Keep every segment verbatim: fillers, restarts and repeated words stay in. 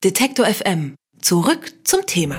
Detektor F M. Zurück zum Thema.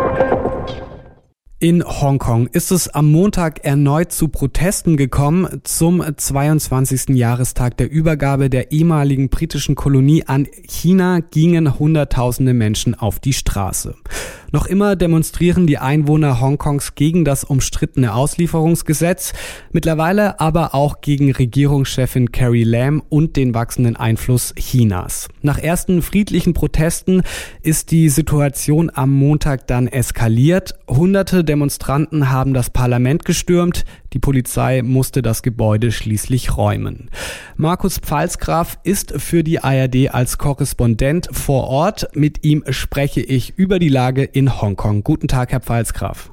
In Hongkong ist es am Montag erneut zu Protesten gekommen zum zweiundzwanzigsten Jahrestag der Übergabe der ehemaligen britischen Kolonie an China gingen Hunderttausende Menschen auf die Straße. Noch immer demonstrieren die Einwohner Hongkongs gegen das umstrittene Auslieferungsgesetz, mittlerweile aber auch gegen Regierungschefin Carrie Lam und den wachsenden Einfluss Chinas. Nach ersten friedlichen Protesten ist die Situation am Montag dann eskaliert. Hunderte Demonstranten haben das Parlament gestürmt. Die Polizei musste das Gebäude schließlich räumen. Markus Pfalzgraf ist für die A R D als Korrespondent vor Ort. Mit ihm spreche ich über die Lage in Hongkong. Guten Tag, Herr Pfalzgraf.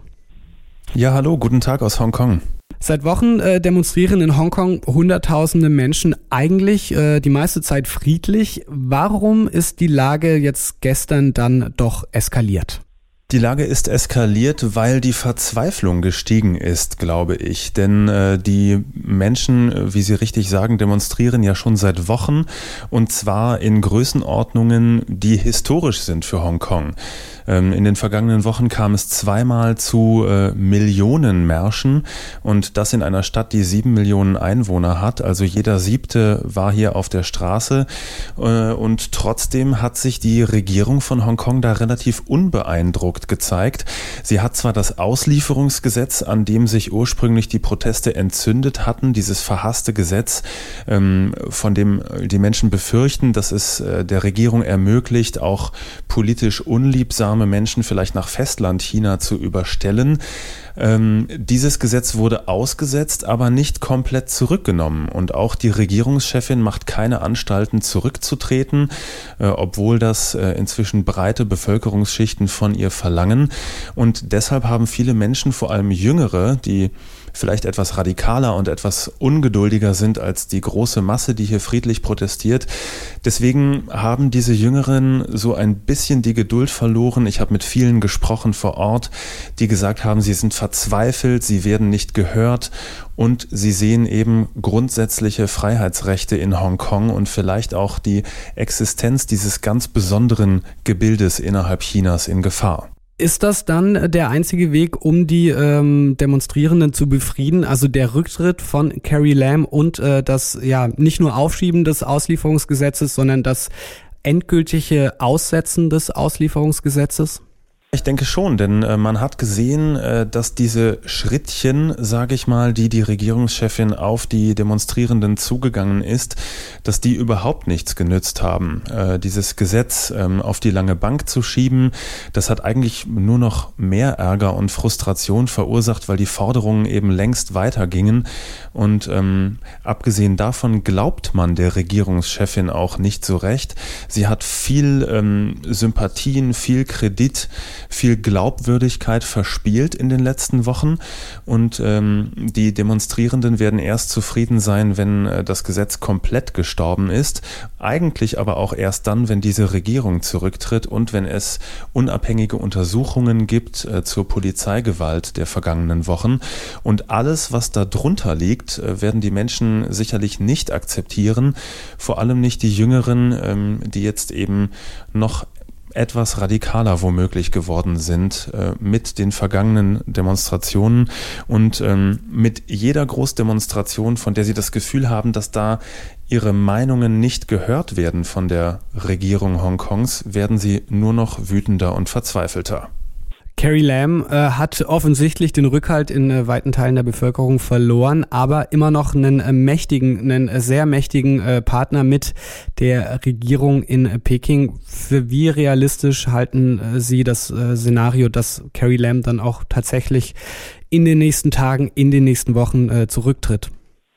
Ja, hallo, guten Tag aus Hongkong. Seit Wochen äh, demonstrieren in Hongkong Hunderttausende Menschen, eigentlich äh, die meiste Zeit friedlich. Warum ist die Lage jetzt gestern dann doch eskaliert? Die Lage ist eskaliert, weil die Verzweiflung gestiegen ist, glaube ich. Denn äh, die Menschen, wie Sie richtig sagen, demonstrieren ja schon seit Wochen, und zwar in Größenordnungen, die historisch sind für Hongkong. Ähm, in den vergangenen Wochen kam es zweimal zu äh, Millionenmärschen, und das in einer Stadt, die sieben Millionen Einwohner hat. Also jeder Siebte war hier auf der Straße. Äh, und trotzdem hat sich die Regierung von Hongkong da relativ unbeeindruckt gezeigt. Sie hat zwar das Auslieferungsgesetz, an dem sich ursprünglich die Proteste entzündet hatten, dieses verhasste Gesetz, ähm, von dem die Menschen befürchten, dass es äh, der Regierung ermöglicht, auch politisch unliebsame Menschen vielleicht nach Festlandchina zu überstellen. Ähm, dieses Gesetz wurde ausgesetzt, aber nicht komplett zurückgenommen. Und auch die Regierungschefin macht keine Anstalten, zurückzutreten, äh, obwohl das äh, inzwischen breite Bevölkerungsschichten von ihr verlangen. Und deshalb haben viele Menschen, vor allem Jüngere, die vielleicht etwas radikaler und etwas ungeduldiger sind als die große Masse, die hier friedlich protestiert. Deswegen haben diese Jüngeren so ein bisschen die Geduld verloren. Ich habe mit vielen gesprochen vor Ort, die gesagt haben, sie sind verzweifelt, sie werden nicht gehört und sie sehen eben grundsätzliche Freiheitsrechte in Hongkong und vielleicht auch die Existenz dieses ganz besonderen Gebildes innerhalb Chinas in Gefahr. Ist das dann der einzige Weg, um die ähm, Demonstrierenden zu befrieden? Also der Rücktritt von Carrie Lam und äh, das ja nicht nur Aufschieben des Auslieferungsgesetzes, sondern das endgültige Aussetzen des Auslieferungsgesetzes? Ich denke schon, denn äh, man hat gesehen, äh, dass diese Schrittchen, sage ich mal, die die Regierungschefin auf die Demonstrierenden zugegangen ist, dass die überhaupt nichts genützt haben. Äh, dieses Gesetz ähm, auf die lange Bank zu schieben, das hat eigentlich nur noch mehr Ärger und Frustration verursacht, weil die Forderungen eben längst weitergingen. Und ähm, abgesehen davon glaubt man der Regierungschefin auch nicht so recht. Sie hat viel ähm, Sympathien, viel Kredit, viel Glaubwürdigkeit verspielt in den letzten Wochen, und ähm, die Demonstrierenden werden erst zufrieden sein, wenn äh, das Gesetz komplett gestorben ist, eigentlich aber auch erst dann, wenn diese Regierung zurücktritt und wenn es unabhängige Untersuchungen gibt äh, zur Polizeigewalt der vergangenen Wochen. Und alles, was da drunter liegt, äh, werden die Menschen sicherlich nicht akzeptieren, vor allem nicht die Jüngeren, ähm, die jetzt eben noch etwas radikaler womöglich geworden sind äh, mit den vergangenen Demonstrationen und ähm, mit jeder Großdemonstration, von der sie das Gefühl haben, dass da ihre Meinungen nicht gehört werden von der Regierung Hongkongs, werden sie nur noch wütender und verzweifelter. Carrie Lam äh, hat offensichtlich den Rückhalt in äh, weiten Teilen der Bevölkerung verloren, aber immer noch einen äh, mächtigen, einen äh, sehr mächtigen äh, Partner mit der Regierung in äh, Peking. Für wie realistisch halten äh, Sie das äh, Szenario, dass Carrie Lam dann auch tatsächlich in den nächsten Tagen, in den nächsten Wochen äh, zurücktritt?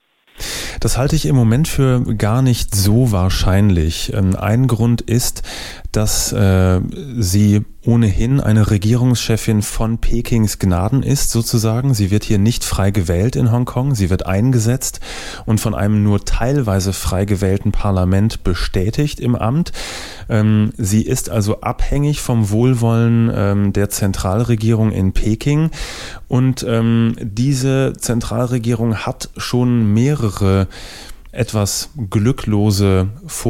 Das halte ich im Moment für gar nicht so wahrscheinlich. Ein Grund ist, dass äh, sie ohnehin eine Regierungschefin von Pekings Gnaden ist, sozusagen. Sie wird hier nicht frei gewählt in Hongkong. Sie wird eingesetzt und von einem nur teilweise frei gewählten Parlament bestätigt im Amt. Ähm, sie ist also abhängig vom Wohlwollen ähm, der Zentralregierung in Peking. Und ähm, diese Zentralregierung hat schon mehrere etwas glücklose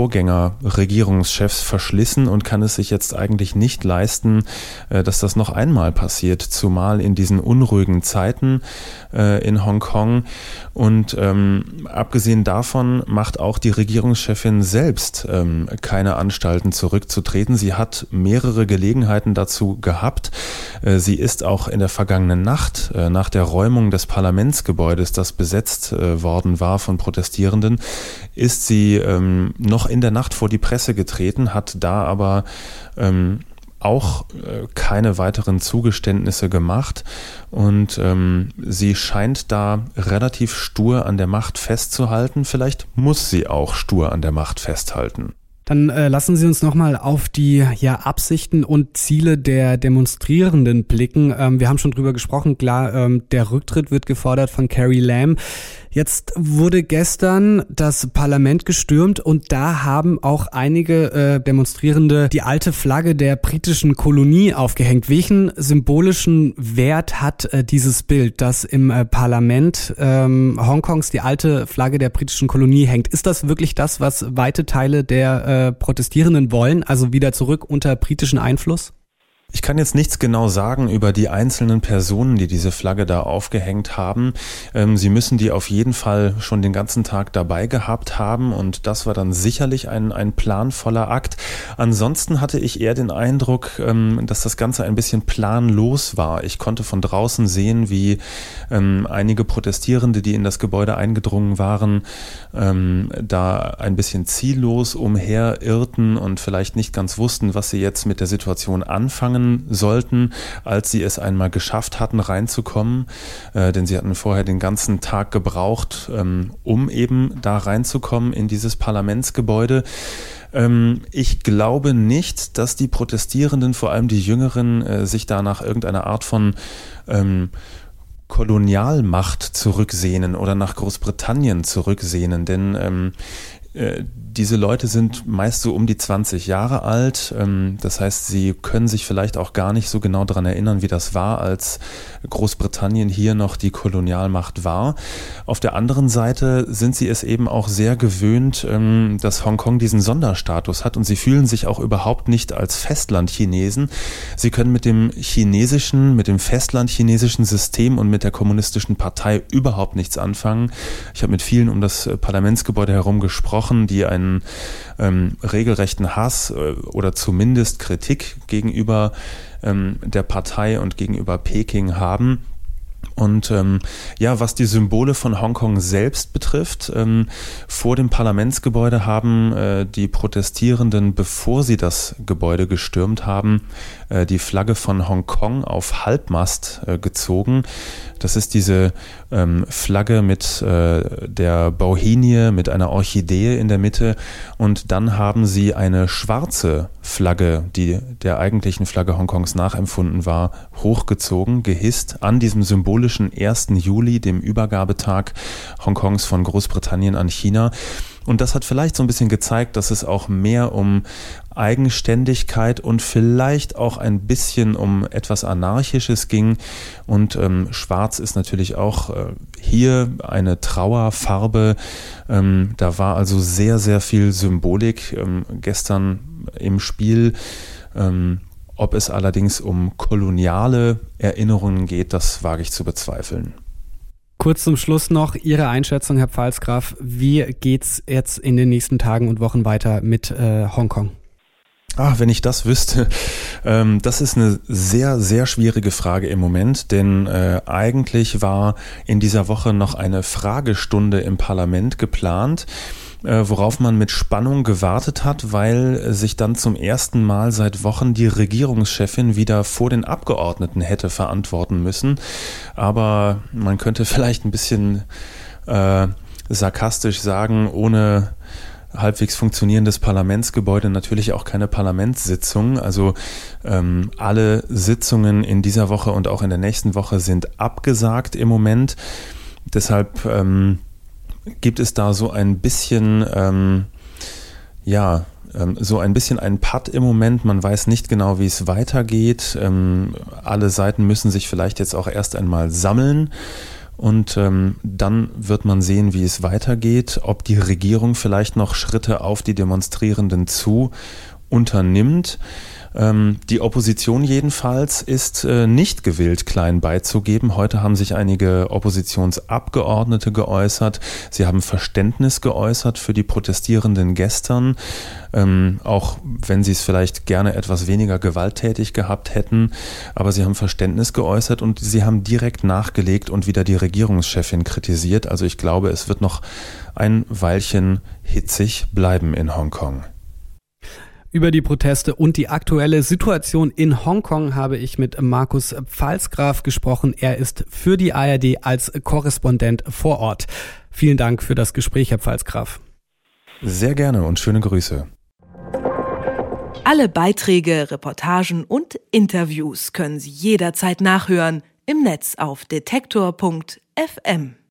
Vorgängerregierungschefs verschlissen und kann es sich jetzt eigentlich nicht leisten, dass das noch einmal passiert, zumal in diesen unruhigen Zeiten in Hongkong. Und ähm, abgesehen davon macht auch die Regierungschefin selbst ähm, keine Anstalten zurückzutreten. Sie hat mehrere Gelegenheiten dazu gehabt. Äh, sie ist auch in der vergangenen Nacht äh, nach der Räumung des Parlamentsgebäudes, das besetzt äh, worden war von Protestierenden, ist sie ähm, noch in der Nacht vor die Presse getreten, hat da aber ähm, auch äh, keine weiteren Zugeständnisse gemacht und ähm, sie scheint da relativ stur an der Macht festzuhalten. Vielleicht muss sie auch stur an der Macht festhalten. Dann äh, lassen Sie uns nochmal auf die ja, Absichten und Ziele der Demonstrierenden blicken. Ähm, wir haben schon drüber gesprochen, klar, ähm, der Rücktritt wird gefordert von Carrie Lam. Jetzt wurde gestern das Parlament gestürmt und da haben auch einige äh, Demonstrierende die alte Flagge der britischen Kolonie aufgehängt. Welchen symbolischen Wert hat äh, dieses Bild, dass im äh, Parlament ähm, Hongkongs die alte Flagge der britischen Kolonie hängt? Ist das wirklich das, was weite Teile der äh, Protestierenden wollen, also wieder zurück unter britischen Einfluss? Ich kann jetzt nichts genau sagen über die einzelnen Personen, die diese Flagge da aufgehängt haben. Ähm, sie müssen die auf jeden Fall schon den ganzen Tag dabei gehabt haben und das war dann sicherlich ein, ein planvoller Akt. Ansonsten hatte ich eher den Eindruck, ähm, dass das Ganze ein bisschen planlos war. Ich konnte von draußen sehen, wie ähm, einige Protestierende, die in das Gebäude eingedrungen waren, ähm, da ein bisschen ziellos umherirrten und vielleicht nicht ganz wussten, was sie jetzt mit der Situation anfangen sollten, als sie es einmal geschafft hatten, reinzukommen, äh, denn sie hatten vorher den ganzen Tag gebraucht, ähm, um eben da reinzukommen in dieses Parlamentsgebäude. Ähm, ich glaube nicht, dass die Protestierenden, vor allem die Jüngeren, äh, sich da nach irgendeiner Art von ähm, Kolonialmacht zurücksehnen oder nach Großbritannien zurücksehnen, denn ähm, diese Leute sind meist so um die zwanzig Jahre alt. Das heißt, sie können sich vielleicht auch gar nicht so genau daran erinnern, wie das war, als Großbritannien hier noch die Kolonialmacht war. Auf der anderen Seite sind sie es eben auch sehr gewöhnt, dass Hongkong diesen Sonderstatus hat und sie fühlen sich auch überhaupt nicht als Festlandchinesen. Sie können mit dem chinesischen, mit dem Festlandchinesischen System und mit der kommunistischen Partei überhaupt nichts anfangen. Ich habe mit vielen um das Parlamentsgebäude herum gesprochen, die einen ähm, regelrechten Hass äh, oder zumindest Kritik gegenüber ähm, der Partei und gegenüber Peking haben. Und ähm, ja, was die Symbole von Hongkong selbst betrifft, ähm, vor dem Parlamentsgebäude haben äh, die Protestierenden, bevor sie das Gebäude gestürmt haben, äh, die Flagge von Hongkong auf Halbmast äh, gezogen. Das ist diese ähm, Flagge mit äh, der Bauhinie, mit einer Orchidee in der Mitte. Und dann haben sie eine schwarze Flagge, die der eigentlichen Flagge Hongkongs nachempfunden war, hochgezogen, gehisst an diesem symbolischen ersten Juli, dem Übergabetag Hongkongs von Großbritannien an China. Und das hat vielleicht so ein bisschen gezeigt, dass es auch mehr um Eigenständigkeit und vielleicht auch ein bisschen um etwas Anarchisches ging. Und ähm, Schwarz ist natürlich auch äh, hier eine Trauerfarbe. Ähm, da war also sehr, sehr viel Symbolik ähm, gestern im Spiel. Ähm, ob es allerdings um koloniale Erinnerungen geht, das wage ich zu bezweifeln. Kurz zum Schluss noch Ihre Einschätzung, Herr Pfalzgraf. Wie geht's jetzt in den nächsten Tagen und Wochen weiter mit äh, Hongkong? Ach, wenn ich das wüsste. Ähm, das ist eine sehr, sehr schwierige Frage im Moment, denn äh, eigentlich war in dieser Woche noch eine Fragestunde im Parlament geplant, äh, worauf man mit Spannung gewartet hat, weil sich dann zum ersten Mal seit Wochen die Regierungschefin wieder vor den Abgeordneten hätte verantworten müssen. Aber man könnte vielleicht ein bisschen äh, sarkastisch sagen, ohne halbwegs funktionierendes Parlamentsgebäude natürlich auch keine Parlamentssitzung. Also ähm, alle Sitzungen in dieser Woche und auch in der nächsten Woche sind abgesagt im Moment. Deshalb ähm, gibt es da so ein bisschen, ähm, ja, ähm, so ein bisschen einen Patt im Moment. Man weiß nicht genau, wie es weitergeht. Ähm, alle Seiten müssen sich vielleicht jetzt auch erst einmal sammeln. Und ähm, dann wird man sehen, wie es weitergeht, ob die Regierung vielleicht noch Schritte auf die Demonstrierenden zu unternimmt. Ähm, die Opposition jedenfalls ist äh, nicht gewillt, klein beizugeben. Heute haben sich einige Oppositionsabgeordnete geäußert. Sie haben Verständnis geäußert für die Protestierenden gestern, ähm, auch wenn sie es vielleicht gerne etwas weniger gewalttätig gehabt hätten. Aber sie haben Verständnis geäußert und sie haben direkt nachgelegt und wieder die Regierungschefin kritisiert. Also ich glaube, es wird noch ein Weilchen hitzig bleiben in Hongkong. Über die Proteste und die aktuelle Situation in Hongkong habe ich mit Markus Pfalzgraf gesprochen. Er ist für die A R D als Korrespondent vor Ort. Vielen Dank für das Gespräch, Herr Pfalzgraf. Sehr gerne und schöne Grüße. Alle Beiträge, Reportagen und Interviews können Sie jederzeit nachhören im Netz auf detektor punkt f m.